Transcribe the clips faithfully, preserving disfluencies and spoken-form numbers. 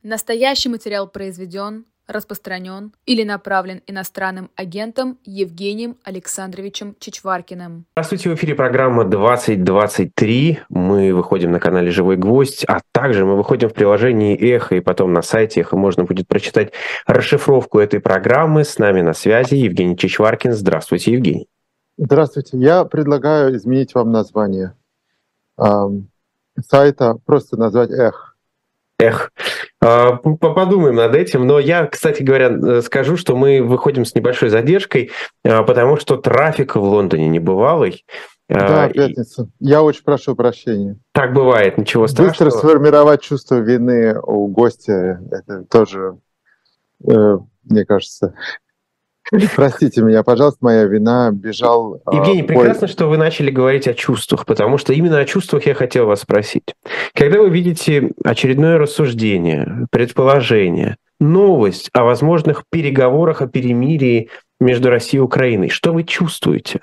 Настоящий материал произведен, распространен или направлен иностранным агентом Евгением Александровичем Чичваркиным. Здравствуйте, в эфире программа двадцать двадцать три. Мы выходим на канале «Живой гвоздь», а также мы выходим в приложении «Эхо», и потом на сайте «Эхо» можно будет прочитать расшифровку этой программы. С нами на связи Евгений Чичваркин. Здравствуйте, Евгений. Здравствуйте. Я предлагаю изменить вам название эм, сайта, просто назвать «Эхо». Эх, подумаем над этим. Но я, кстати говоря, скажу, что мы выходим с небольшой задержкой, потому что трафик в Лондоне небывалый. Да, пятница. Я очень прошу прощения. Так бывает, ничего страшного. Быстро сформировать чувство вины у гостя, это тоже, э, мне кажется... Простите меня, пожалуйста, моя вина, бежал... Евгений, э, прекрасно, бой... что вы начали говорить о чувствах, потому что именно о чувствах я хотел вас спросить. Когда вы видите очередное рассуждение, предположение, новость о возможных переговорах о перемирии между Россией и Украиной, что вы чувствуете?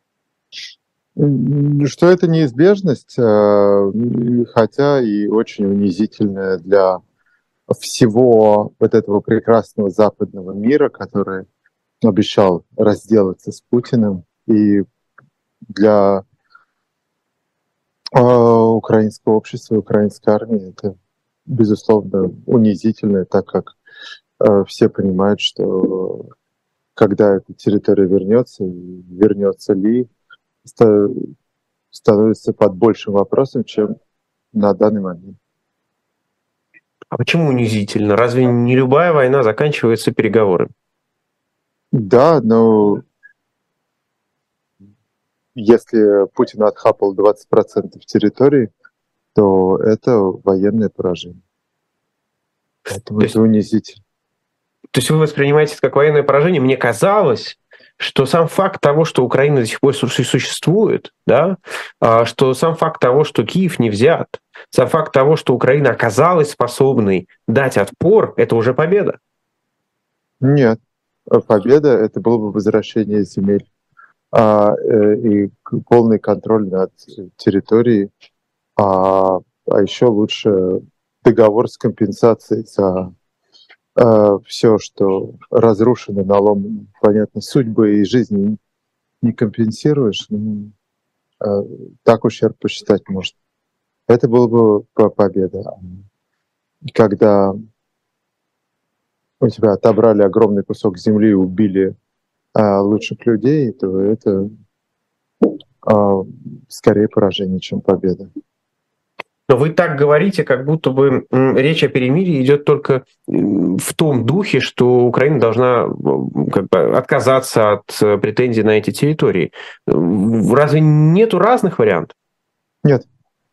Что это неизбежность, хотя и очень унизительная для всего вот этого прекрасного западного мира, который обещал разделаться с Путиным, и для э, украинского общества, украинской армии это, безусловно, унизительно, так как э, все понимают, что когда эта территория вернется, и вернется ли, ста- становится под большим вопросом, чем на данный момент. А почему унизительно? Разве не любая война заканчивается переговорами? Да, но если Путин отхапал двадцать процентов территории, то это военное поражение. Поэтому то это есть, унизительно. То есть вы воспринимаете это как военное поражение? Мне казалось, что сам факт того, что Украина до сих пор существует, да, что сам факт того, что Киев не взят, сам факт того, что Украина оказалась способной дать отпор, это уже победа. Нет. Победа — это было бы возвращение земель а, э, и полный контроль над территорией, а, а еще лучше договор с компенсацией за а, все, что разрушено, наломано. Понятно, судьбы и жизни не компенсируешь, ну, а, так ущерб посчитать можно. Это было бы победа. Когда у тебя отобрали огромный кусок земли и убили а, лучших людей, то это а, скорее поражение, чем победа. Но вы так говорите, как будто бы речь о перемирии идет только в том духе, что Украина должна как бы отказаться от претензий на эти территории. Разве нету разных вариантов? Нет.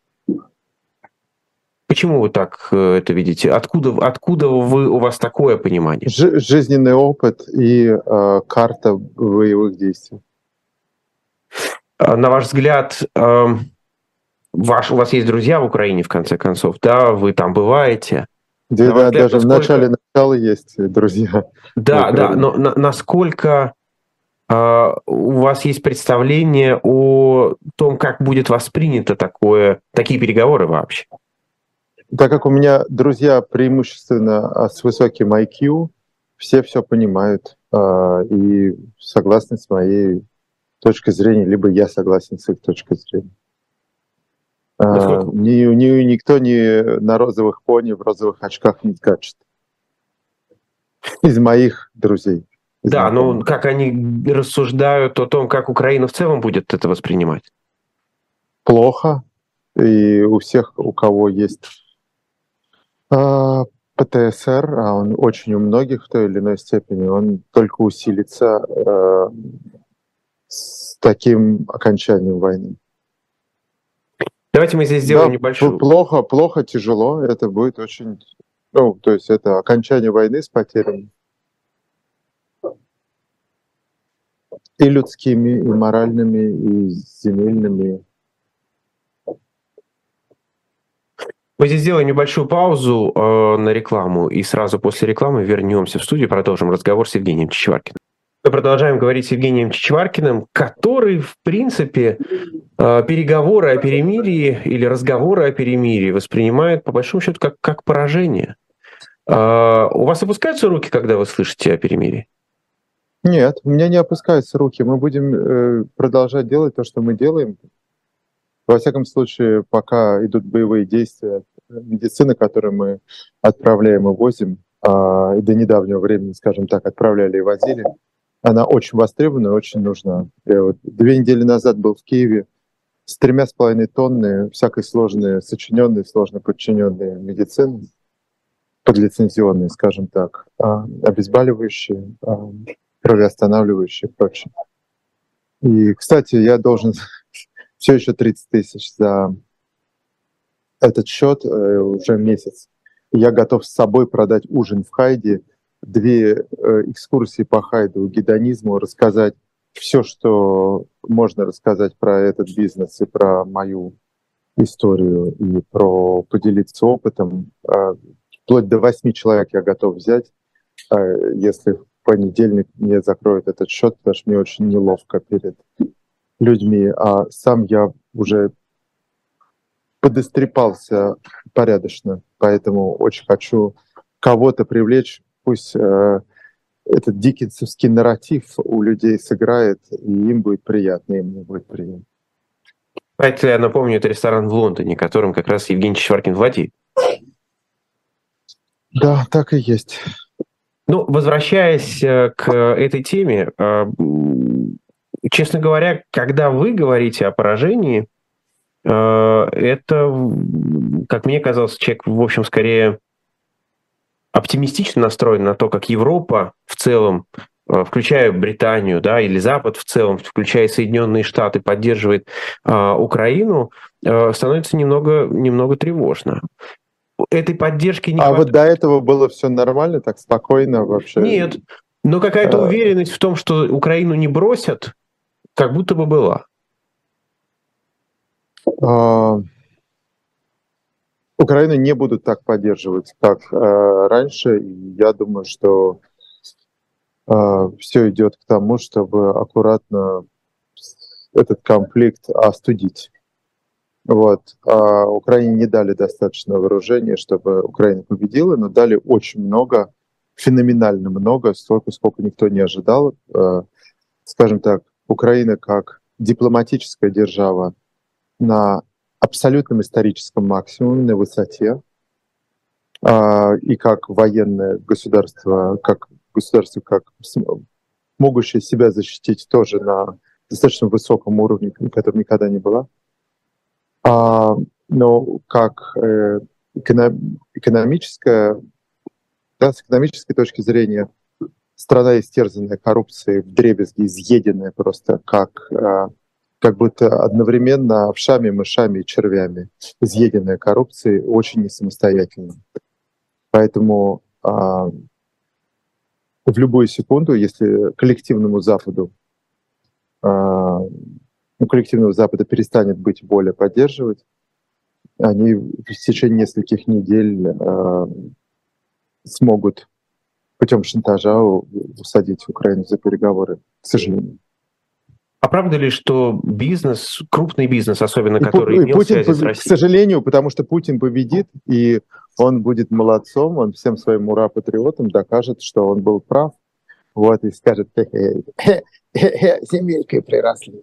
Почему вы так это видите? Откуда, откуда вы, у вас такое понимание? Ж- жизненный опыт и э, карта боевых действий. На ваш взгляд, э, ваш, у вас есть друзья в Украине, в конце концов, да? Вы там бываете? Да, да, взгляд, даже насколько... в начале начала есть друзья. Да, да, но на, насколько э, у вас есть представление о том, как будет воспринято такое, такие переговоры вообще? Так как у меня друзья преимущественно с высоким ай кью, все все понимают э, и согласны с моей точкой зрения, либо я согласен с их точкой зрения. Э, ни, ни, никто не на розовых пони в розовых очках не скачет. Из моих друзей. Из да, но моих. как они рассуждают о том, как Украина в целом будет это воспринимать? Плохо. И у всех, у кого есть пэ тэ эс эр, а он очень у многих в той или иной степени, он только усилится э, с таким окончанием войны. Давайте мы здесь сделаем да, небольшую... Плохо, плохо, тяжело. Это будет очень... Ну, то есть это окончание войны с потерями. И людскими, и моральными, и земельными. Мы здесь сделаем небольшую паузу э, на рекламу, и сразу после рекламы вернемся в студию, продолжим разговор с Евгением Чичваркиным. Мы продолжаем говорить с Евгением Чичваркиным, который, в принципе, э, переговоры о перемирии или разговоры о перемирии воспринимает, по большому счету, как, как поражение. А у вас опускаются руки, когда вы слышите о перемирии? Нет, у меня не опускаются руки. Мы будем э, продолжать делать то, что мы делаем. Во всяком случае, пока идут боевые действия, медицина, которую мы отправляем и возим, а, и до недавнего времени, скажем так, отправляли и возили, она очень востребована и очень нужна. Я вот две недели назад был в Киеве с тремя с половиной тонны всякой сложной, сочиненной, сложно подчиненной медицины, подлицензионной, скажем так, а, обезболивающие, а, кровоостанавливающие и прочее. И, кстати, я должен все еще тридцать тысяч за этот счет э, уже месяц. И я готов с собой продать ужин в Хайде, две э, экскурсии по Хайду, гедонизму, рассказать все, что можно рассказать про этот бизнес и про мою историю, и про поделиться опытом. Э, вплоть до восьми человек я готов взять, э, если в понедельник мне закроют этот счет, потому что мне очень неловко перед людьми, а сам я уже подострепался порядочно, поэтому очень хочу кого-то привлечь, пусть э, этот диккенсовский нарратив у людей сыграет, и им будет приятно, и мне будет приятно. Знаете, я напомню, это ресторан в Лондоне, которым как раз Евгений Чичваркин владеет. Да, так и есть. Ну, возвращаясь к этой теме, честно говоря, когда вы говорите о поражении, это, как мне казалось, человек, в общем, скорее оптимистично настроен на то, как Европа в целом, включая Британию, да, или Запад в целом, включая Соединенные Штаты, поддерживает Украину, становится немного, немного тревожно. Этой поддержки не А хватает. вот до этого было все нормально, так спокойно вообще? Нет, но какая-то уверенность в том, что Украину не бросят, как будто бы была. А, Украину не будут так поддерживать, как а, раньше. И я думаю, что а, все идет к тому, чтобы аккуратно этот конфликт остудить. Вот. А Украине не дали достаточно вооружения, чтобы Украина победила, но дали очень много, феноменально много, столько, сколько никто не ожидал. Скажем так, Украина как дипломатическая держава на абсолютном историческом максимуме, на высоте, и как военное государство, как государство, как могущее себя защитить тоже на достаточно высоком уровне, которым никогда не было. А, но как э, эконом, экономическая, да, с экономической точки зрения, страна, истерзанная коррупцией, вдребезги, изъеденная просто как, э, как будто одновременно овшами, мышами и червями, изъеденная коррупцией, очень несамостоятельна. Поэтому э, в любую секунду, если коллективному Западу э, у коллективного Запада перестанет быть воля поддерживать, они в течение нескольких недель э, смогут путем шантажа усадить Украину за переговоры, к сожалению. А правда ли, что бизнес, крупный бизнес, особенно и который и имел Путин, связи с Россией... К сожалению, потому что Путин победит, и он будет молодцом, он всем своим ура-патриотам докажет, что он был прав, вот, и скажет, семейкой приросли.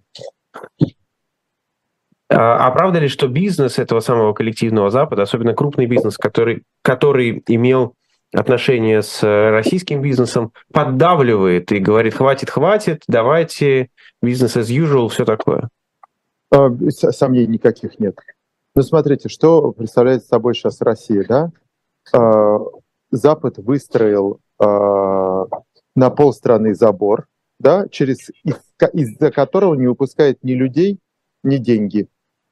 А, а правда ли, что бизнес этого самого коллективного Запада, особенно крупный бизнес, который, который имел отношение с российским бизнесом, поддавливает и говорит, хватит, хватит, давайте, бизнес as usual, все такое? Сомнений никаких нет. Ну, смотрите, что представляет собой сейчас Россия, да? Запад выстроил на полстраны забор, да, через, из, из-за которого не выпускает ни людей, ни деньги.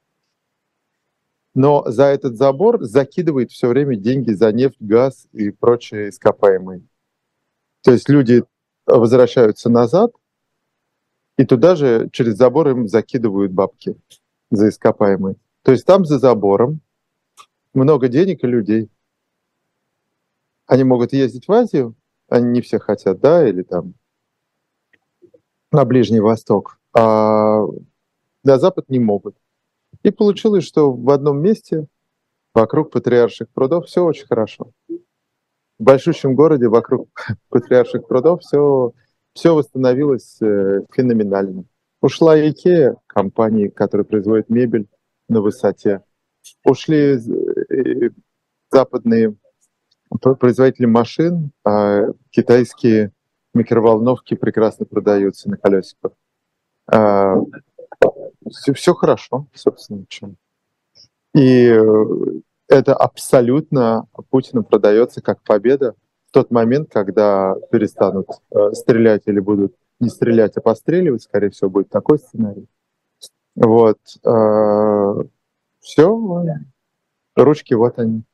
Но за этот забор закидывает все время деньги за нефть, газ и прочие ископаемые. То есть люди возвращаются назад, и туда же через забор им закидывают бабки за ископаемые. То есть там за забором много денег и людей. Они могут ездить в Азию, они не все хотят, да, или там на Ближний Восток, а на Запад не могут. И получилось, что в одном месте вокруг Патриарших прудов все очень хорошо. в большущем городе вокруг Патриарших прудов все, все восстановилось феноменально. Ушла Икея, компании, которые производят мебель на высоте. Ушли западные производители машин, а китайские микроволновки прекрасно продаются на колесиках. А, все, все хорошо, собственно. И это абсолютно Путину продается как победа в тот момент, когда перестанут э, стрелять или будут не стрелять, а постреливать, скорее всего, будет такой сценарий. Вот. Э, все, ручки вот они.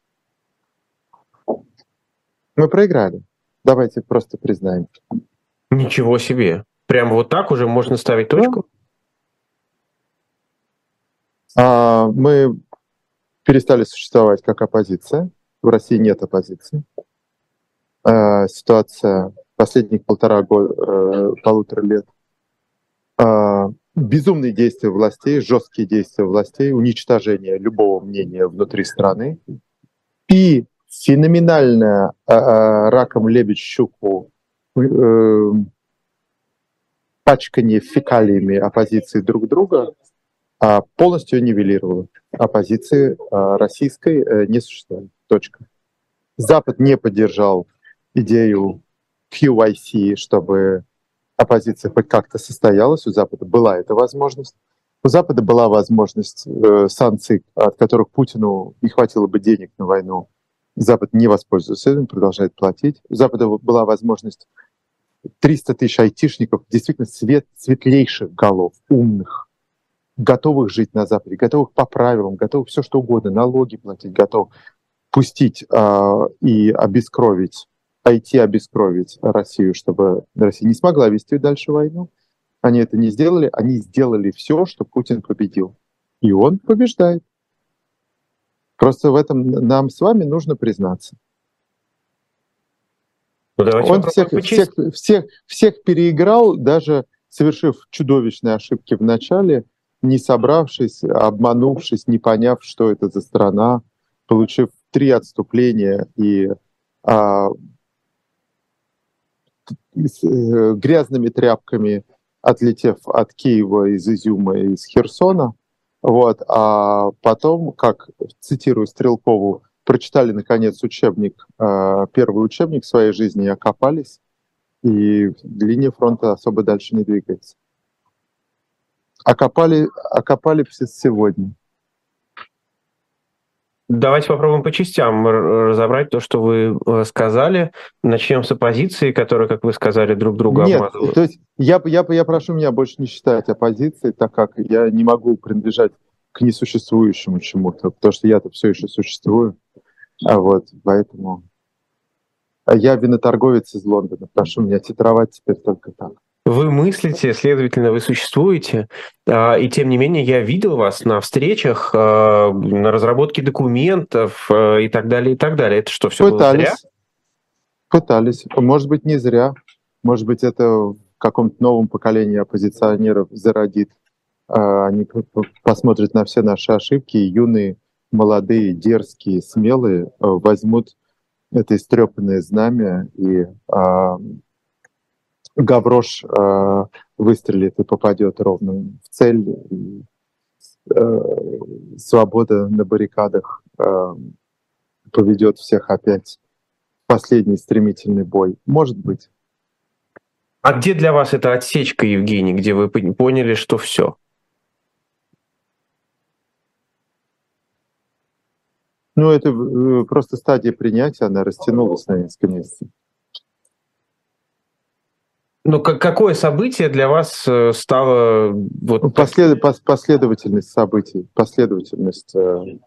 Мы проиграли. Давайте просто признаем. Ничего себе. Прям вот так уже можно ставить точку? Да. А, мы перестали существовать как оппозиция. В России нет оппозиции. А, ситуация последних полтора года, полутора лет. А, безумные действия властей, жесткие действия властей, уничтожение любого мнения внутри страны и феноменальное а, раком лебедь щуку э, пачкание фекалиями оппозиции друг друга а, полностью нивелировало. Оппозиции а, российской а, не существует. Точка. Запад не поддержал идею кью уай си, чтобы оппозиция хоть как-то состоялась. У Запада была эта возможность. У Запада была возможность э, санкций, от которых Путину не хватило бы денег на войну. Запад не воспользуется этим, продолжает платить. У Запада была возможность триста тысяч айтишников, действительно свет, светлейших голов, умных, готовых жить на Западе, готовых по правилам, готовых все что угодно, налоги платить, готовых пустить э, и обескровить, ай ти обескровить Россию, чтобы Россия не смогла вести дальше войну. Они это не сделали, они сделали все, что Путин победил. И он побеждает. Просто в этом нам с вами нужно признаться. Ну, он всех, всех, всех, всех переиграл, даже совершив чудовищные ошибки в начале, не собравшись, обманувшись, не поняв, что это за страна, получив три отступления и а, с, э, грязными тряпками отлетев от Киева, из Изюма и из Херсона. Вот. А потом, как, цитирую Стрелкову, прочитали, наконец, учебник, э, первый учебник своей жизни и окопались, и линия фронта особо дальше не двигается. Окопали, окопали все сегодня. Давайте попробуем по частям разобрать то, что вы сказали. Начнем с оппозиции, которая, как вы сказали, друг друга Нет, обмазывает. то есть я, я, я прошу меня больше не считать оппозицией, так как я не могу принадлежать к несуществующему чему-то, потому что я-то все еще существую. А вот, поэтому я виноторговец из Лондона. Прошу меня титровать теперь только так. Вы мыслите, следовательно, вы существуете, и тем не менее я видел вас на встречах, на разработке документов и так далее, и так далее. Это что, все Пытались, было зря? Пытались. Может быть, не зря. Может быть, это в каком-то новом поколении оппозиционеров зародит. Они посмотрят на все наши ошибки, и юные, молодые, дерзкие, смелые возьмут это истрепанное знамя, и а, гаврош а, выстрелит и попадет ровно в цель. И, а, свобода на баррикадах а, поведет всех опять в последний стремительный бой. Может быть. А где для вас эта отсечка, Евгений, где вы поняли, что все? Ну, это просто стадия принятия, она растянулась на несколько месяцев. Ну, какое событие для вас стало... Вот Послед... Последовательность событий, последовательность э,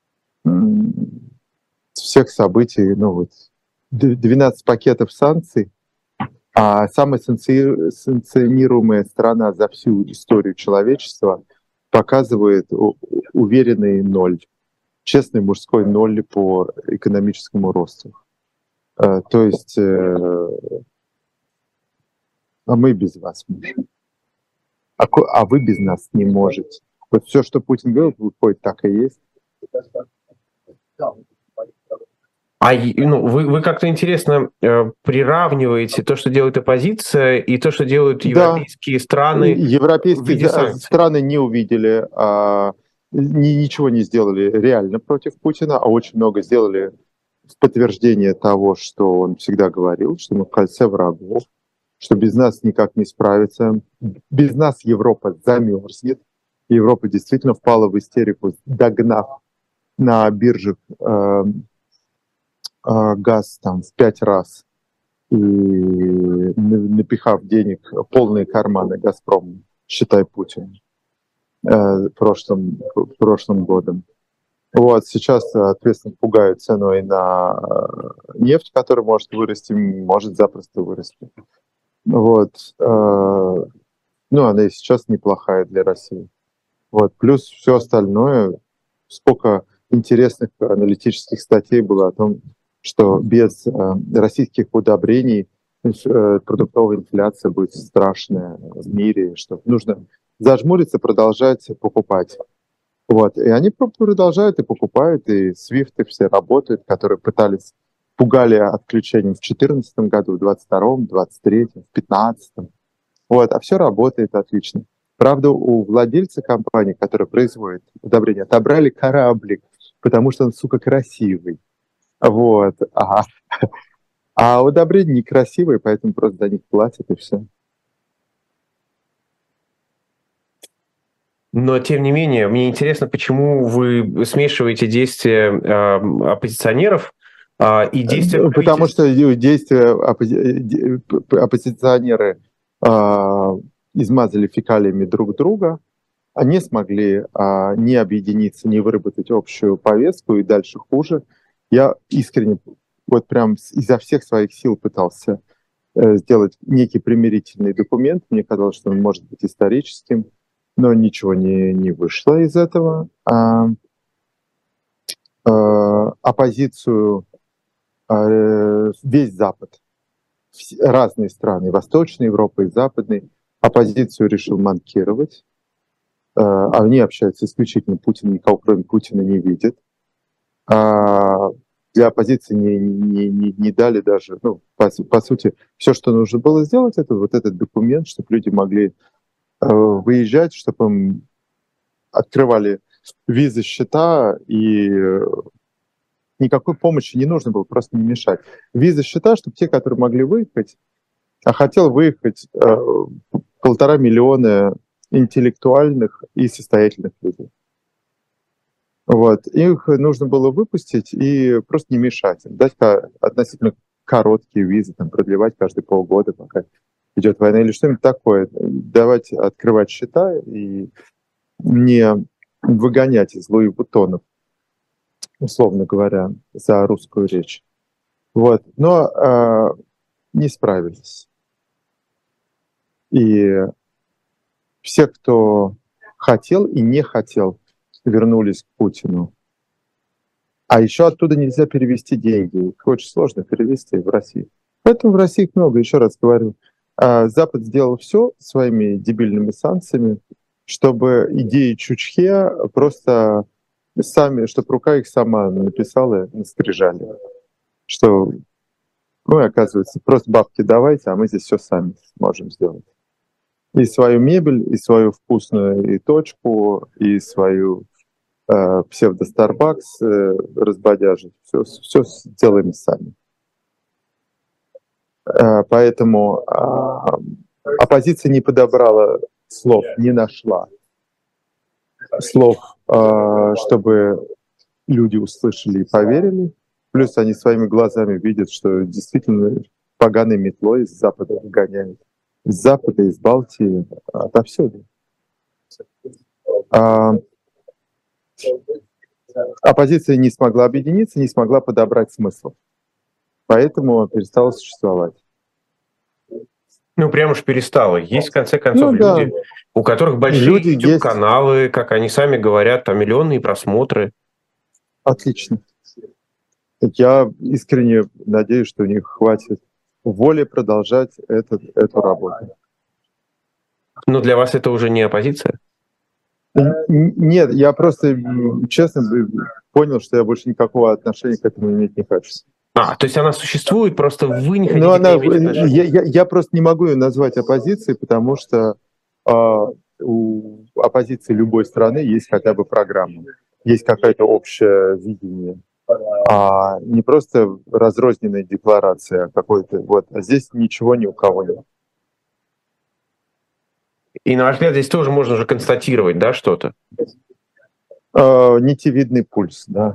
всех событий. Ну, вот, двенадцать пакетов санкций, а самая санкционируемая страна за всю историю человечества показывает уверенный ноль. Честный мужской ноль по экономическому росту. А, то есть, э, а мы без вас можем. А, а вы без нас не можете. Вот все, что Путин говорит, выходит, так и есть. А ну, вы, вы как-то интересно э, приравниваете то, что делает оппозиция, и то, что делают европейские да. страны Европейские в виде санкций. страны не увидели, а, ни, ничего не сделали реально против Путина, а очень много сделали в подтверждение того, что он всегда говорил, что мы в кольце врагов, что без нас никак не справится, без нас Европа замерзнет. Европа действительно впала в истерику, догнав на биржах э, э, газ там в пять раз и напихав денег в полные карманы «Газпром», считай, Путин, э, прошлым, прошлым годом. Вот, сейчас, соответственно, пугают ценой на нефть, которая может вырасти, может запросто вырасти. Вот. Э, ну, она и сейчас неплохая для России. Вот. Плюс все остальное, сколько интересных аналитических статей было о том, что без э, российских удобрений э, продуктовая инфляция будет страшная в мире, что нужно зажмуриться, продолжать покупать. Вот. И они продолжают и покупают, и свифты все работают, которые пытались, пугали отключением в две тысячи четырнадцатом году, в двадцать втором, двадцать третьем, в пятнадцатом. Вот. А все работает отлично. Правда, у владельца компании, которая производит удобрения, отобрали кораблик, потому что он, сука, красивый. Вот. А, а удобрения некрасивые, поэтому просто за них платят, и все. Но, тем не менее, мне интересно, почему вы смешиваете действия э, оппозиционеров э, и действия правительства. Потому что действия оппози... оппозиционеры э, измазали фекалиями друг друга, они смогли а, не объединиться, не выработать общую повестку, и дальше хуже. Я искренне, вот прям изо всех своих сил пытался э, сделать некий примирительный документ. Мне казалось, что он может быть историческим, но ничего не, не вышло из этого. А, а, оппозицию, а, весь Запад, разные страны, Восточная Европа и Западная, оппозицию решил манкировать. Они общаются исключительно Путин, никого кроме Путина не видят. Для оппозиции не, не, не, не дали даже, ну, по, по сути, все, что нужно было сделать, это вот этот документ, чтобы люди могли э, выезжать, чтобы им открывали визы, счета, и никакой помощи не нужно было, просто не мешать. Визы, счета, чтобы те, которые могли выехать, а хотел выехать э, полтора миллиона интеллектуальных и состоятельных людей. Вот. Их нужно было выпустить и просто не мешать им, дать относительно короткие визы, там, продлевать каждые полгода, пока идет война или что-нибудь такое. Давать открывать счета и не выгонять из Луи Вуттонов, условно говоря, за русскую речь. Вот. Но э, не справились. И все, кто хотел и не хотел, вернулись к Путину. А еще оттуда нельзя перевести деньги. Их очень сложно перевести в Россию. Поэтому в России их много, еще раз говорю. Запад сделал все своими дебильными санкциями, чтобы идеи Чучхе просто сами, чтобы рука их сама написала на скрижали. Что, ну и оказывается, просто бабки давайте, а мы здесь все сами можем сделать. И свою мебель, и свою вкусную и точку, и свою э, псевдо-Старбакс э, разбодяжить. Все, все сделаем сами. Э, поэтому э, оппозиция не подобрала слов, не нашла слов, э, чтобы люди услышали и поверили. Плюс они своими глазами видят, что действительно поганой метлой из Запада выгоняют. Из Запада, из Балтии, отовсюду. А, оппозиция не смогла объединиться, не смогла подобрать смысл. Поэтому перестала существовать. Ну, прям уж перестала. Есть, в конце концов, ну, люди, да. у которых большие YouTube-каналы, есть... как они сами говорят, там миллионные просмотры. Отлично. Я искренне надеюсь, что у них хватит воли продолжать этот, эту работу. Но для вас это уже не оппозиция? Нет, я просто, честно, понял, что я больше никакого отношения к этому иметь не хочу. А, то есть она существует, просто вы не хотите Но она, к ней иметь отношения? я, я, я просто не могу ее назвать оппозицией, потому что а, у оппозиции любой страны есть хотя бы программа, есть какое-то общее видение, а не просто разрозненная декларация какой-то. Вот. А здесь ничего ни у кого нет. И, на ваш взгляд, здесь тоже можно уже констатировать, да, что-то? А, нитевидный пульс, да.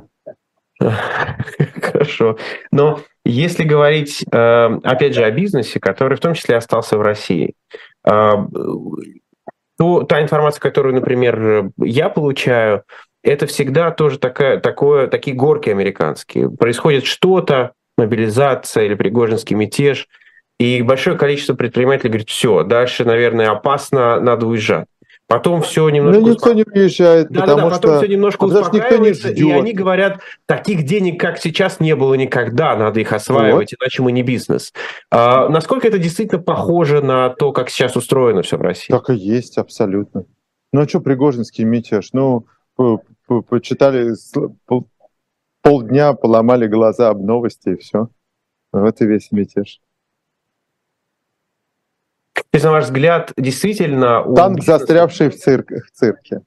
Хорошо. Но если говорить, опять же, о бизнесе, который в том числе остался в России, то та информация, которую, например, я получаю, это всегда тоже такая, такое, такие горки американские. Происходит что-то, мобилизация или пригожинский мятеж, и большое количество предпринимателей говорит: все, дальше, наверное, опасно, надо уезжать. Потом все немножко... Но никто не уезжает, да, потому да, да, потом что... все немножко потому что никто не успокаивается, ждет. И они говорят: таких денег, как сейчас, не было никогда, надо их осваивать, вот. Иначе мы не бизнес. А, насколько это действительно похоже на то, как сейчас устроено все в России? Так и есть, абсолютно. Ну а что пригожинский мятеж? Ну, почитали пол, полдня, поломали глаза об новости, и все. Вот и весь мятеж. То есть, на ваш взгляд, действительно... Танк, бизнеса... застрявший в, цирк, в цирке.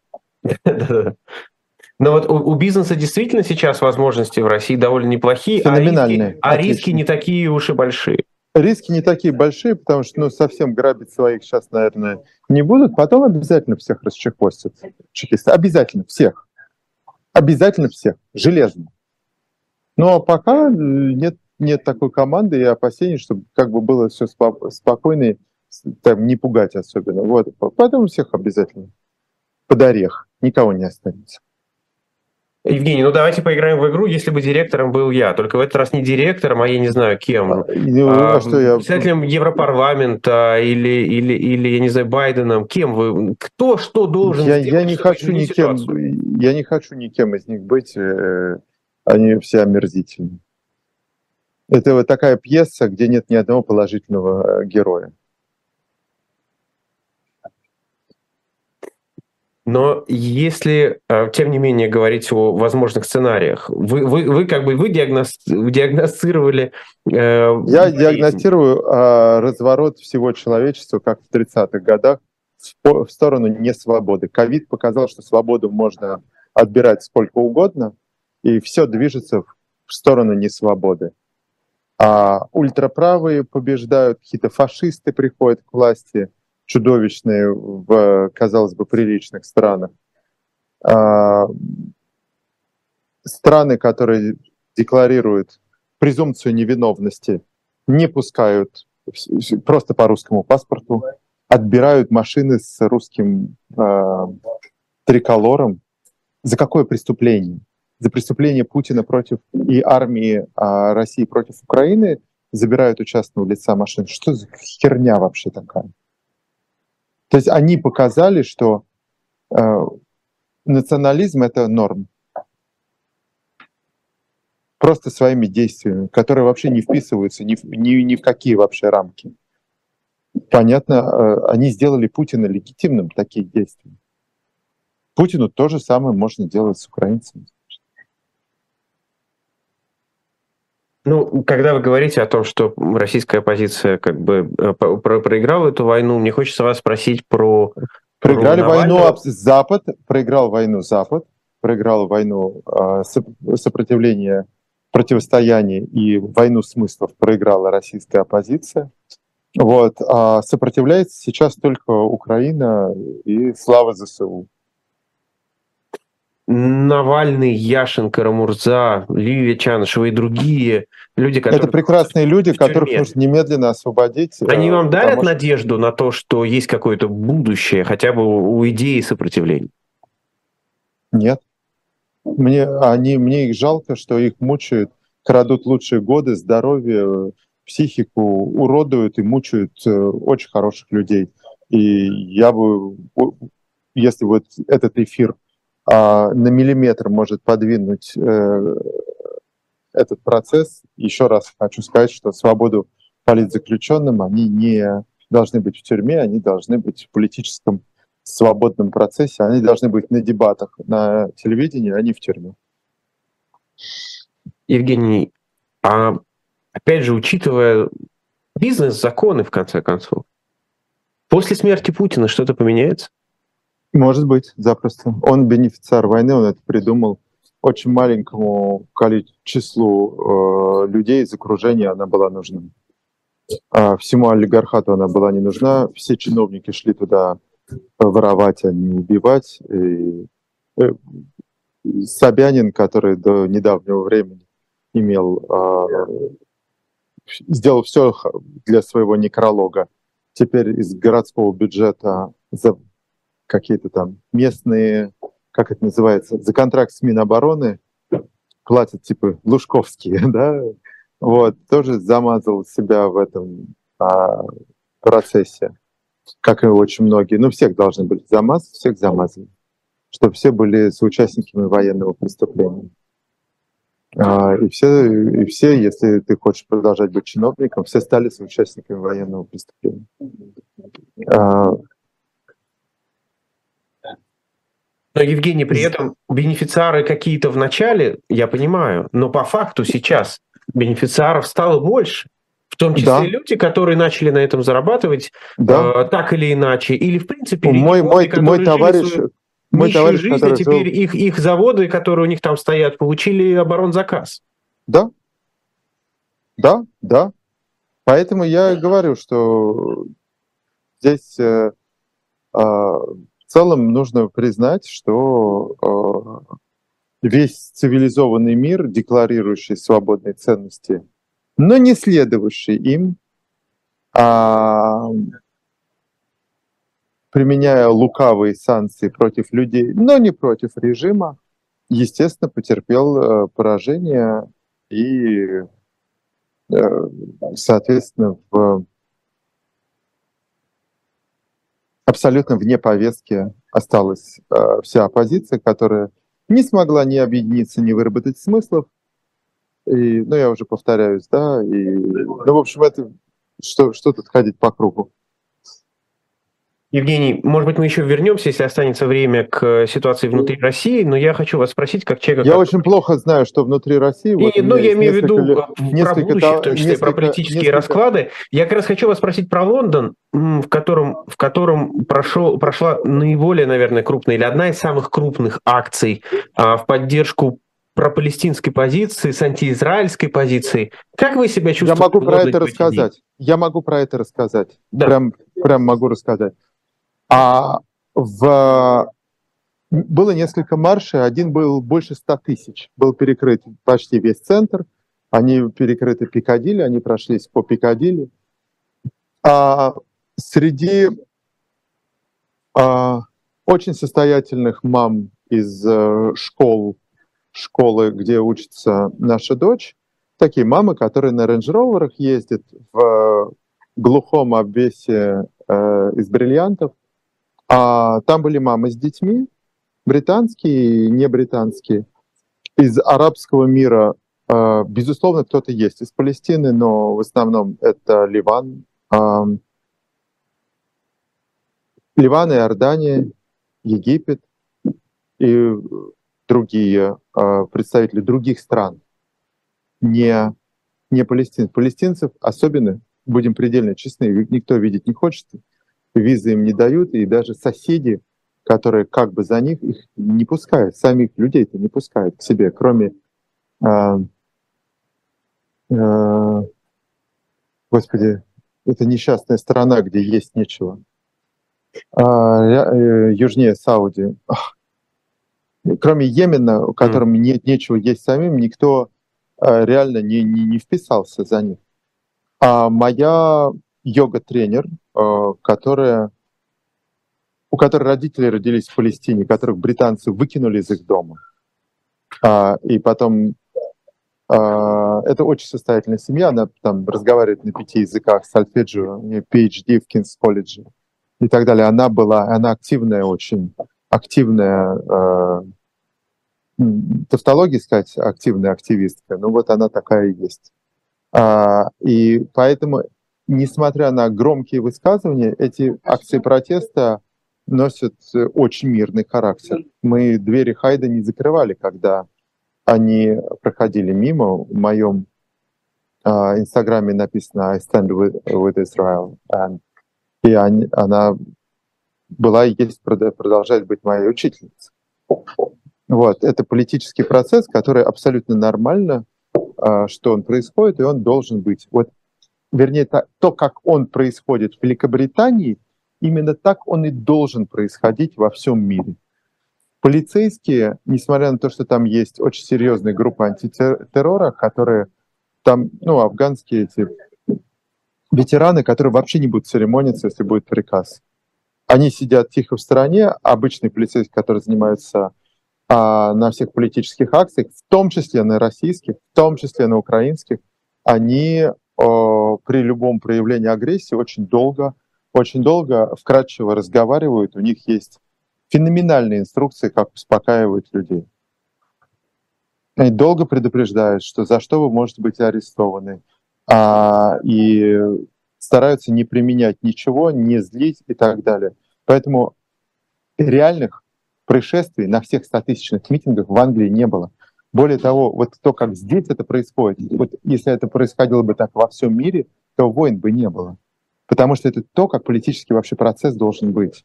Но вот у, у бизнеса действительно сейчас возможности в России довольно неплохие, а риски, а риски не такие уж и большие. Риски не такие большие, потому что ну, совсем грабить своих сейчас, наверное, не будут. Потом обязательно всех расчехвостят. Чекисты. Обязательно всех. Обязательно всех. Железно. Но пока нет, нет такой команды и опасений, чтобы как бы было все спокойно, там, не пугать особенно. Вот. Поэтому всех обязательно под орех. Никого не останется. Евгений, ну давайте поиграем в игру, если бы директором был я. Только в этот раз не директором, а я не знаю кем. А, а, что я... Председателем Европарламента или, или, или, я не знаю, Байденом. Кем вы? Кто что должен я, сделать? Я не хочу никем, я не хочу никем из них быть. Они все омерзительны. Это вот такая пьеса, где нет ни одного положительного героя. Но если, тем не менее, говорить о возможных сценариях, вы, вы, вы как бы вы диагностировали... Э, Я диагностирую э, разворот всего человечества, как в тридцатых годах, в, в сторону несвободы. Ковид показал, что свободу можно отбирать сколько угодно, и все движется в сторону несвободы. А ультраправые побеждают, какие-то фашисты приходят к власти, чудовищные в, казалось бы, приличных странах. А, страны, которые декларируют презумпцию невиновности, не пускают просто по русскому паспорту, отбирают машины с русским а, триколором. За какое преступление? За преступление Путина против и армии а, России против Украины забирают у частного лица машины. Что за херня вообще такая? То есть они показали, что э, национализм — это норм. Просто своими действиями, которые вообще не вписываются ни в, ни, ни в какие вообще рамки. Понятно, э, они сделали Путина легитимным, такие действия. Путину то же самое можно делать с украинцами. Ну, когда вы говорите о том, что российская оппозиция как бы проиграла эту войну, мне хочется вас спросить про... Проиграли про войну Запад, проиграл войну Запад, проиграл войну э, сопротивления, противостояния и войну смыслов проиграла российская оппозиция. Вот. А сопротивляется сейчас только Украина и слава ЗСУ. Навальный, Яшин, Карамурза, Лилия Чанышева и другие люди, которые... Это прекрасные люди, которых нужно немедленно освободить. Они вам дарят что... надежду на то, что есть какое-то будущее, хотя бы у идеи сопротивления? Нет. Мне, они, мне их жалко, что их мучают, крадут лучшие годы, здоровье, психику, уродуют и мучают очень хороших людей. И я бы, если вот этот эфир на миллиметр может подвинуть э, этот процесс. Еще раз хочу сказать, что свободу политзаключенным они не должны быть в тюрьме, они должны быть в политическом свободном процессе, они должны быть на дебатах на телевидении, а не в тюрьме. Евгений, а опять же, учитывая бизнес-законы, в конце концов, после смерти Путина что-то поменяется? Может быть, запросто. Он бенефициар войны, он это придумал. Очень маленькому количеству числу э, людей из окружения она была нужна. А всему олигархату она была не нужна. Все чиновники шли туда воровать, а не убивать. И, э, Собянин, который до недавнего времени имел, э, сделал все для своего некролога, теперь из городского бюджета за какие-то там местные, как это называется, за контракт с Минобороны платят типа лужковские, да, вот, тоже замазал себя в этом а, процессе, как и очень многие. Ну, всех должны были замазать, всех замазали, чтобы все были соучастниками военного преступления. А, и, все, и все, если ты хочешь продолжать быть чиновником, все стали соучастниками военного преступления. А, Но, Евгений, при этом бенефициары какие-то в начале, я понимаю, но по факту сейчас бенефициаров стало больше. В том числе да. люди, которые начали на этом зарабатывать да. э, так или иначе. Или, в принципе, мой, регионы, мой, мой товарищ, жили мой товарищ, жизнь, который а теперь жил... их, их заводы, которые у них там стоят, получили оборонзаказ. Да. Да, да. Поэтому я говорю, что здесь э, э, в целом нужно признать, что э, весь цивилизованный мир, декларирующий свободные ценности, но не следовавший им, а, применяя лукавые санкции против людей, но не против режима, естественно, потерпел э, поражение и, э, соответственно, в абсолютно вне повестки осталась э, вся оппозиция, которая не смогла ни объединиться, ни выработать смыслов. И, ну, я уже повторяюсь, да, и, ну, в общем, это, что, что тут ходить по кругу. Евгений, может быть, мы еще вернемся, если останется время, к ситуации внутри России, но я хочу вас спросить, как человека... Я как... очень плохо знаю, что внутри России. Вот и, ну, я имею в виду лет, про будущее, в том числе несколько, про политические несколько... расклады. Я как раз хочу вас спросить про Лондон, в котором, в котором прошел, прошла наиболее, наверное, крупная или одна из самых крупных акций а, в поддержку пропалестинской позиции, с антиизраильской позицией. Как вы себя чувствуете? Я могу про это рассказать. Я могу про это рассказать. Да. Прям, прям могу рассказать. А в... было несколько маршей, один был больше ста тысяч, был перекрыт почти весь центр, они перекрыты Пикадилли, они прошлись по Пикадилли. А среди а, очень состоятельных мам из а, школ, школы, где учится наша дочь, такие мамы, которые на рейндж-роверах ездят в глухом обвесе а, из бриллиантов. А там были мамы с детьми, британские и не британские. Из арабского мира, э, безусловно, кто-то есть. Из Палестины, но в основном это Ливан. Э, Ливан, Иордания, Египет и другие э, представители других стран. Не, не палестин. Палестинцев особенно, будем предельно честны, никто видеть не хочет. Визы им не дают, и даже соседи, которые как бы за них, их не пускают, самих людей-то не пускают к себе, кроме, э, э, господи, это несчастная страна, где есть нечего, а, э, южнее Сауди. Ах. Кроме Йемена, у котором mm. нет нечего есть самим, никто э, реально не, не, не вписался за них. А моя йога-тренер, которая, у которой родители родились в Палестине, которых британцы выкинули из их дома. И потом, это очень состоятельная семья, она там разговаривает на пяти языках, сольфеджио, у нее пи эйч ди в Кингс колледже и так далее. Она была, она активная очень, активная, тавтология сказать, активная активистка, ну вот она такая и есть. И поэтому, несмотря на громкие высказывания, эти акции протеста носят очень мирный характер. Мы двери Хайда не закрывали, когда они проходили мимо. В моем э, инстаграме написано «I stand with, with Israel». And, и они, она была и есть, продолжает быть моей учительницей. Вот. Это политический процесс, который абсолютно нормально, э, что он происходит, и он должен быть. Вот, вернее, то, то, как он происходит в Великобритании, именно так он и должен происходить во всем мире. Полицейские, несмотря на то, что там есть очень серьезные группы антитеррора, которые там, ну, афганские эти ветераны, которые вообще не будут церемониться, если будет приказ. Они сидят тихо в стороне, обычные полицейские, которые занимаются а, на всех политических акциях, в том числе на российских, в том числе на украинских, они о, при любом проявлении агрессии очень долго, очень долго вкратчиво разговаривают, у них есть феноменальные инструкции, как успокаивать людей. Они долго предупреждают, что за что вы можете быть арестованы, а, и стараются не применять ничего, не злить и так далее. Поэтому реальных происшествий на всех стотысячных митингах в Англии не было. Более того, вот то, как здесь это происходит, вот если это происходило бы так во всем мире, то войн бы не было. Потому что это то, как политический вообще процесс должен быть.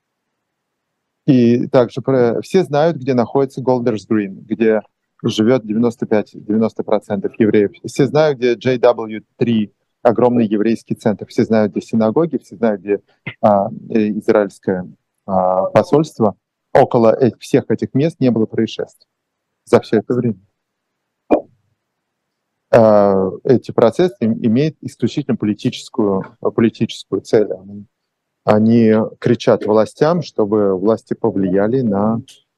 И также про... все знают, где находится Golders Green, где живет девяносто пять - девяносто процентов евреев. Все знают, где джей дабл ю три, огромный еврейский центр. Все знают, где синагоги, все знают, где а, израильское а, посольство. Около этих, всех этих мест не было происшествий за все это время. А, эти процессы имеют исключительно политическую, политическую цель. Они кричат властям, чтобы власти повлияли на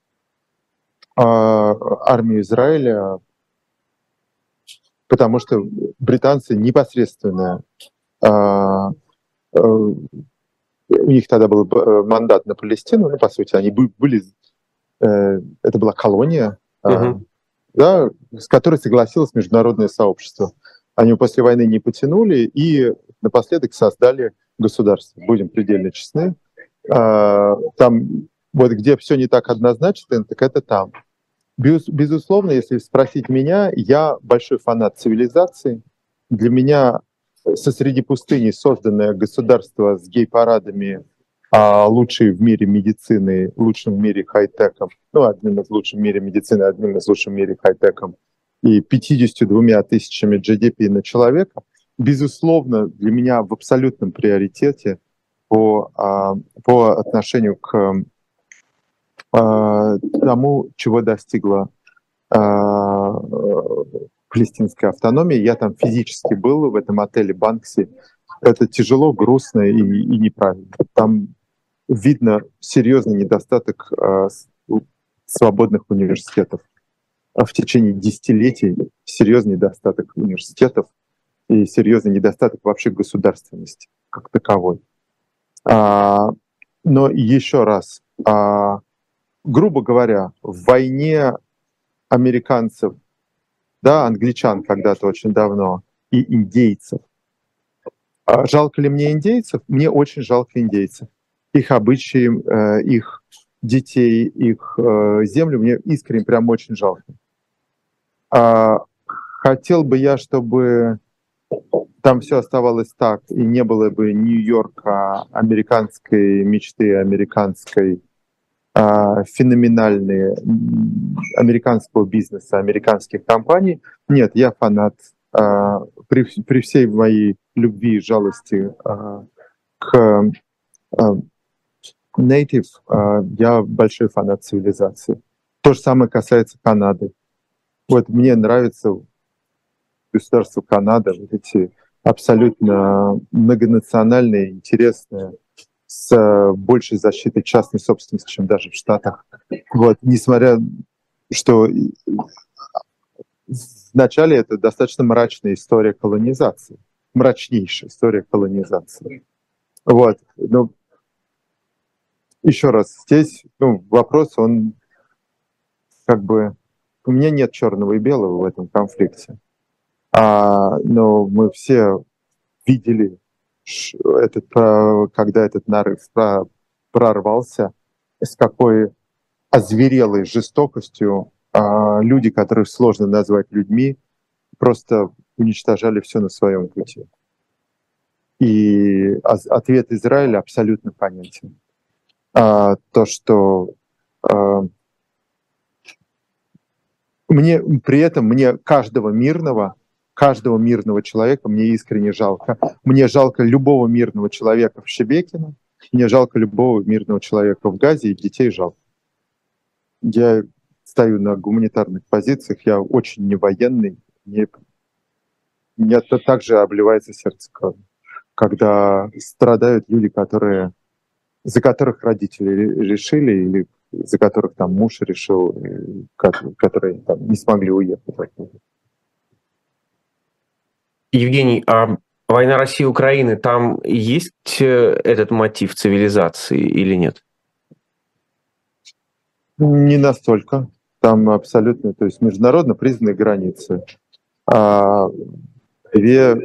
а, армию Израиля, потому что британцы непосредственно, а, а, у них тогда был мандат на Палестину, ну, по сути, они были, э, это была колония, uh-huh. э, да, с которой согласилось международное сообщество. Они после войны не потянули и напоследок создали государство. Будем предельно честны. Э, там, вот где все не так однозначно, так это там. Без, безусловно, если спросить меня, я большой фанат цивилизации. Для меня сосреди пустыни созданное государство с гей-парадами, а лучшей в мире медицины, лучшим в мире хай-теком, ну, одним из лучших в мире медицины, одним из лучших в мире хай-теком, и пятьюдесятью двумя тысячами джи ди пи на человека, безусловно, для меня в абсолютном приоритете по, по отношению к тому, чего достигла палестинской автономии. Я там физически был, в этом отеле Банкси. Это тяжело, грустно и, и неправильно. Там видно серьезный недостаток э, свободных университетов. В течение десятилетий серьезный недостаток университетов и серьезный недостаток вообще государственности как таковой. А, но еще раз, а, грубо говоря, в войне американцев, да, англичан когда-то очень давно, и индейцев. А жалко ли мне индейцев? Мне очень жалко индейцев. Их обычаи, э, их детей, их э, землю мне искренне прям очень жалко. А, хотел бы я, чтобы там все оставалось так, и не было бы Нью-Йорка, американской мечты, американской феноменальные американского бизнеса, американских компаний. Нет, я фанат. При, при всей моей любви и жалости к native, я большой фанат цивилизации. То же самое касается Канады. Вот мне нравится государство Канада, вот эти абсолютно многонациональные, интересные, с большей защитой частной собственности, чем даже в Штатах. Вот, несмотря, что вначале это достаточно мрачная история колонизации, мрачнейшая история колонизации. Вот, ну, еще раз, здесь ну, вопрос, он как бы... У меня нет черного и белого в этом конфликте, а, но мы все видели, этот, когда этот нарыв прорвался, с какой озверелой жестокостью а, люди, которых сложно назвать людьми, просто уничтожали все на своем пути. И ответ Израиля абсолютно понятен. А, то, что а, мне при этом мне каждого мирного, каждого мирного человека мне искренне жалко. Мне жалко любого мирного человека в Шебекино, мне жалко любого мирного человека в Газе, и детей жалко. Я стою на гуманитарных позициях, я очень не военный, мне, мне также обливается сердце кровью, когда страдают люди, которые, за которых родители решили, или за которых там муж решил, которые там не смогли уехать. Евгений, а война России и Украины, там есть этот мотив цивилизации или нет? Не настолько. Там абсолютно, то есть международно признанные границы. А, две...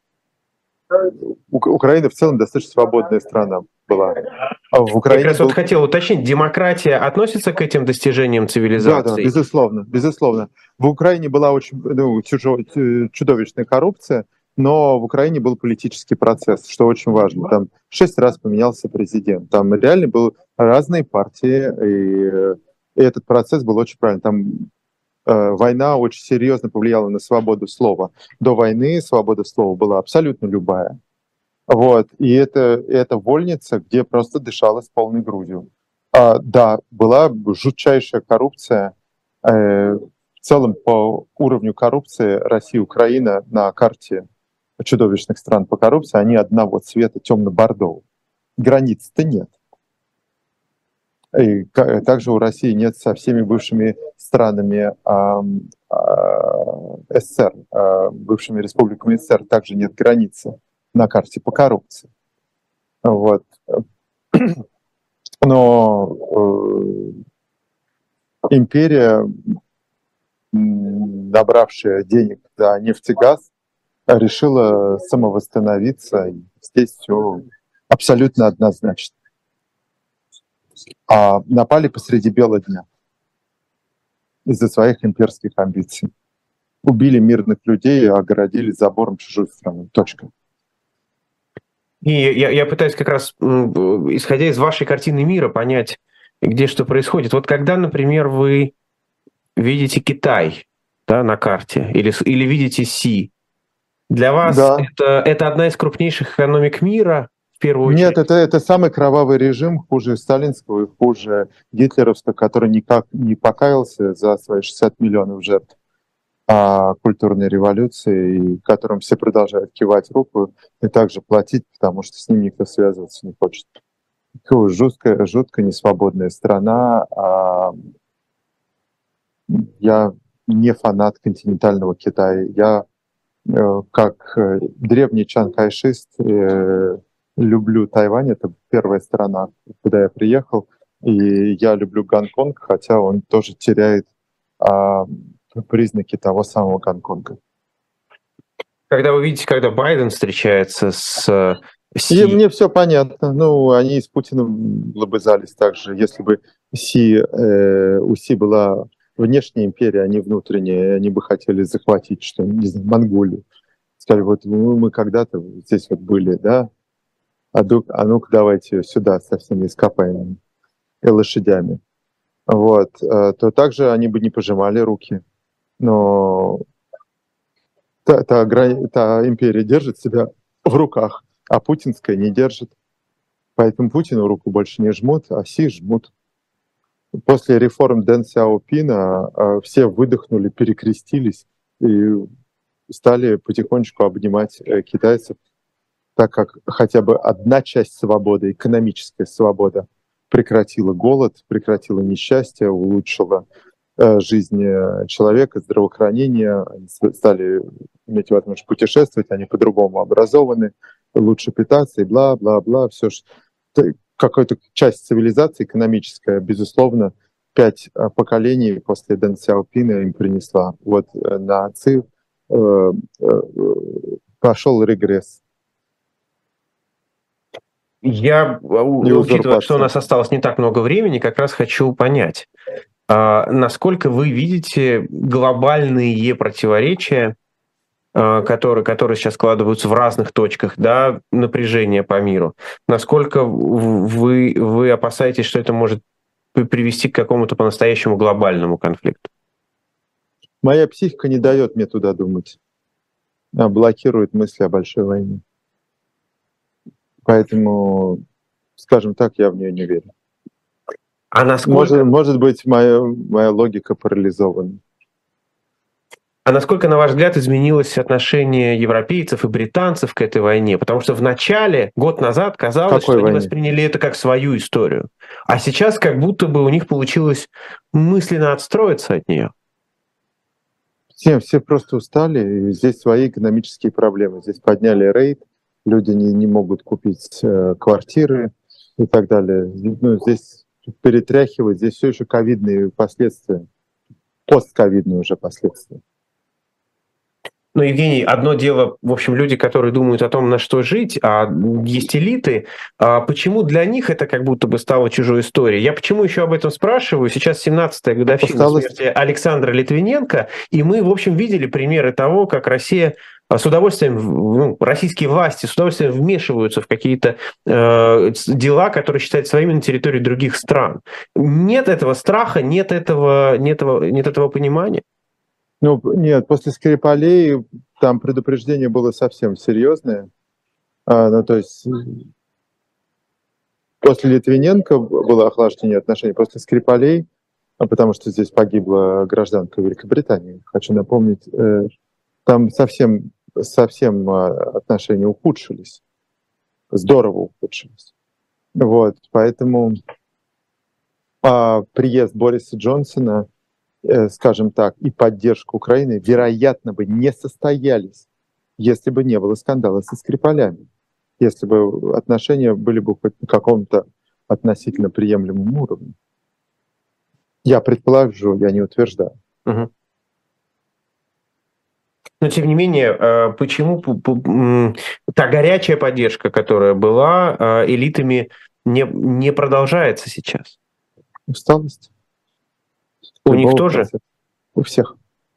Украина в целом достаточно свободная страна была. А в Украине Я как раз был... вот хотел уточнить, демократия относится к этим достижениям цивилизации? Да, да, безусловно, безусловно. В Украине была очень ну, чудовищная коррупция, но в Украине был политический процесс, что очень важно. Там шесть раз поменялся президент. Там реально были разные партии, и, и этот процесс был очень правильный. Там э, война очень серьезно повлияла на свободу слова. До войны свобода слова была абсолютно любая. Вот. И это, это вольница, где просто дышалось полной грудью. А, да, была жутчайшая коррупция. Э, в целом по уровню коррупции Россия и Украина на карте чудовищных стран по коррупции, они одного цвета, темно-бордового. Границ-то нет. И также у России нет со всеми бывшими странами э, э, СССР, э, бывшими республиками СССР, также нет границы на карте по коррупции. Вот. Но э, империя, набравшая денег за нефтегаз, решила самовосстановиться. И здесь все абсолютно однозначно. А напали посреди бела дня из-за своих имперских амбиций. Убили мирных людей и огородили забором чужую страну. Точка. И я, я пытаюсь как раз, исходя из вашей картины мира, понять, где что происходит. Вот когда, например, вы видите Китай, да, на карте, или, или видите Си, для вас да. это, это одна из крупнейших экономик мира, в первую очередь? Нет, это, это самый кровавый режим, хуже сталинского и хуже гитлеровского, который никак не покаялся за свои шестьдесят миллионов жертв а, культурной революции, и которым все продолжают кивать руку и также платить, потому что с ним никто связываться не хочет. Жуткая, жутко несвободная страна. А, я не фанат континентального Китая. Я как древний чанкайшист э, люблю Тайвань, это первая страна, куда я приехал, и я люблю Гонконг, хотя он тоже теряет а, признаки того самого Гонконга. Когда вы видите, когда Байден встречается с Си... И мне все понятно. Ну, они с Путиным лобызались также. Если бы Си, э, у Си была внешняя империя, а не внутренняя, они бы хотели захватить, что, не знаю, Монголию. Сказали, вот мы, мы когда-то здесь вот были, да, а, а ну-ка давайте сюда со всеми ископаемыми и лошадями. Вот. То также они бы не пожимали руки. Но та, та, та империя держит себя в руках, а путинская не держит. Поэтому Путину руку больше не жмут, а Си жмут. После реформ Дэн Сяопина все выдохнули, перекрестились и стали потихонечку обнимать китайцев, так как хотя бы одна часть свободы, экономическая свобода, прекратила голод, прекратила несчастье, улучшила жизнь человека, здравоохранение, они стали иметь возможность путешествовать, они по-другому образованы, лучше питаться и бла-бла-бла, все же какая-то часть цивилизации экономическая, безусловно, пять поколений после Дэн Сяопина им принесла. Вот на Ци э, э, пошел регресс. Я, учитывая, что у нас осталось не так много времени, как раз хочу понять, насколько вы видите глобальные противоречия, которые, которые сейчас складываются в разных точках, да, напряжения по миру. Насколько вы, вы опасаетесь, что это может привести к какому-то по-настоящему глобальному конфликту? Моя психика не дает мне туда думать. Она блокирует мысли о большой войне. Поэтому, скажем так, я в нее не верю. А насколько... может, может быть, моя, моя логика парализована. А насколько, на ваш взгляд, изменилось отношение европейцев и британцев к этой войне? Потому что в начале, год назад, казалось, Какой что войне? Они восприняли это как свою историю. А сейчас как будто бы у них получилось мысленно отстроиться от нее. Все, все просто устали, и здесь свои экономические проблемы. Здесь подняли рейд, люди не, не могут купить э, квартиры и так далее. Ну, здесь перетряхивать, здесь все еще ковидные последствия, постковидные уже последствия. Ну, Евгений, одно дело, в общем, люди, которые думают о том, на что жить, а есть элиты. А почему для них это как будто бы стало чужой историей? Я почему еще об этом спрашиваю? Сейчас семнадцатая годовщина смерти Александра Литвиненко, и мы, в общем, видели примеры того, как Россия с удовольствием, ну, российские власти с удовольствием вмешиваются в какие-то э, дела, которые считают своими на территории других стран. Нет этого страха, нет этого, нет этого, нет этого понимания? Ну, нет, после Скрипалей там предупреждение было совсем серьезное. А, ну, то есть после Литвиненко было охлаждение отношений, после Скрипалей, а потому что здесь погибла гражданка Великобритании, хочу напомнить, э, там совсем, совсем отношения ухудшились, здорово ухудшились. Вот, поэтому а, приезд Бориса Джонсона, скажем так, и поддержка Украины, вероятно, бы не состоялись, если бы не было скандала со Скрипалями, если бы отношения были бы хоть на каком-то относительно приемлемом уровне. Я предположу, я не утверждаю. Угу. Но, тем не менее, почему та горячая поддержка, которая была элитами, не, не продолжается сейчас? Усталость. У них тоже? Процесса. У всех.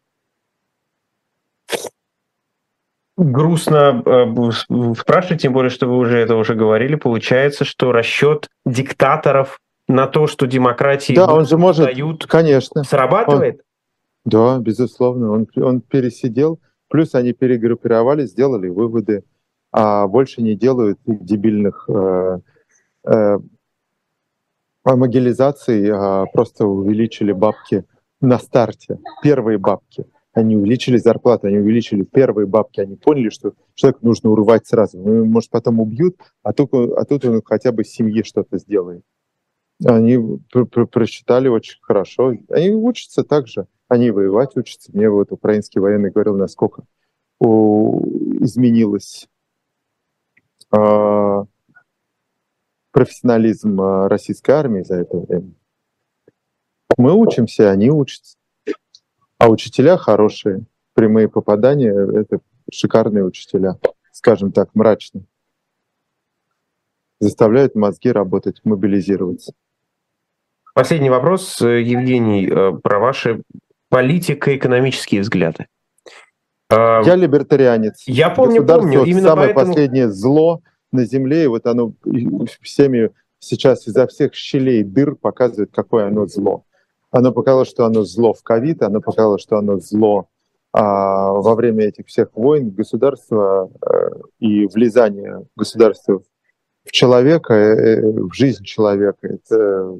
Грустно э, спрашивать, тем более, что вы уже это уже говорили. Получается, что расчет диктаторов на то, что демократии да, он же может, дают, конечно, срабатывает? Он, да, безусловно. Он, он пересидел, плюс они перегруппировали, сделали выводы, а больше не делают дебильных э, э, могилизаций, а просто увеличили бабки на старте, первые бабки. Они увеличили зарплату, они увеличили первые бабки, они поняли, что человеку нужно урвать сразу. Ну, может, потом убьют, а тут, а тут он хотя бы семье что-то сделает. Они пр- пр- просчитали очень хорошо. Они учатся так же, они воевать учатся. Мне вот украинский военный говорил, насколько у, изменилось э, профессионализм российской армии за это время. Мы учимся, они учатся. А учителя хорошие, прямые попадания — это шикарные учителя, скажем так, мрачные. Заставляют мозги работать, мобилизироваться. Последний вопрос, Евгений, про ваши политико-экономические взгляды. Я либертарианец. Я помню, помню. Именно самое поэтому... последнее зло на земле, и вот оно всеми сейчас изо всех щелей, дыр показывает, какое оно зло. Оно показало, что оно зло в ковид, оно показало, что оно зло а, во время этих всех войн. Государство а, и влезание государства в человека, э, в жизнь человека, это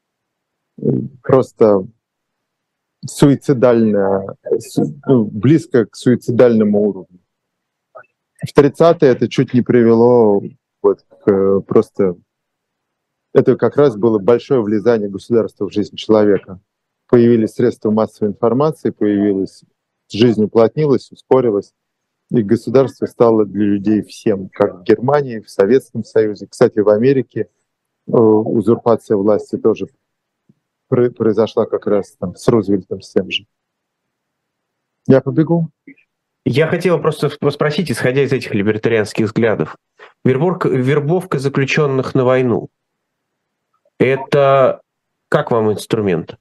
просто суицидально, ну, близко к суицидальному уровню. В тридцатые это чуть не привело вот, к просто... Это как раз было большое влезание государства в жизнь человека. Появились средства массовой информации, появилась, жизнь уплотнилась, ускорилась, и государство стало для людей всем, как в Германии, в Советском Союзе. Кстати, в Америке узурпация власти тоже произошла как раз там с Рузвельтом, с тем же. Я побегу. Я хотел просто спросить, исходя из этих либертарианских взглядов, вербовка, вербовка заключенных на войну. Это как вам инструмент?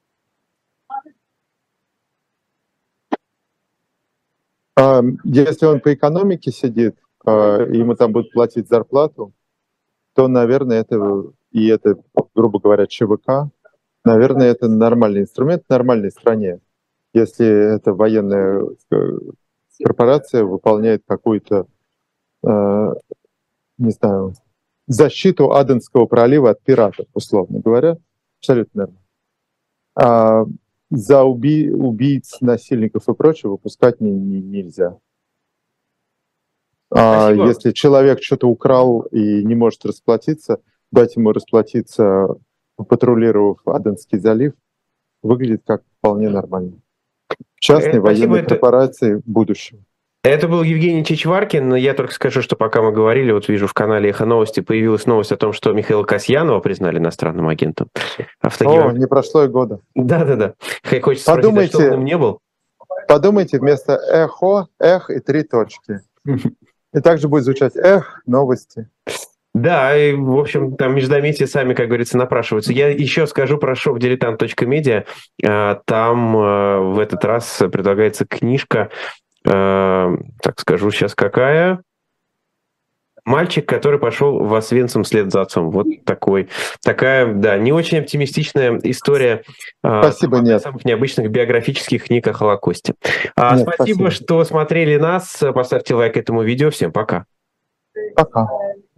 Если он по экономике сидит, ему там будут платить зарплату, то, наверное, это, и это, грубо говоря, ЧВК, наверное, это нормальный инструмент в нормальной стране. Если эта военная корпорация выполняет какую-то, не знаю, защиту Аденского пролива от пиратов, условно говоря, абсолютно нормально. А за уби- убийц, насильников и прочее выпускать не, не, нельзя. А если человек что-то украл и не может расплатиться, дать ему расплатиться, патрулировав Аденский залив, выглядит как вполне нормально. Частной военной это... корпорации будущего. Это был Евгений Чичваркин. Я только скажу, что пока мы говорили, вот вижу в канале «Эхо новости» появилась новость о том, что Михаила Касьянова признали иностранным агентом. Автогео... О, не прошло и года. Да-да-да. Хочется спросить, подумайте, а что он им не был? Подумайте, вместо «эхо» «эх» и три точки. И также будет звучать «эх, новости». Да, и, в общем, там междометия сами, как говорится, напрашиваются. Я еще скажу про шоу дилетант точка медиа. Там в этот раз предлагается книжка, так скажу сейчас какая. «Мальчик, который пошел в Освенцим вслед за отцом». Вот такой, такая, да, не очень оптимистичная история. Спасибо, нет. Самых необычных биографических книг о Холокосте. Нет, спасибо, спасибо, что смотрели нас. Поставьте лайк этому видео. Всем пока. Пока.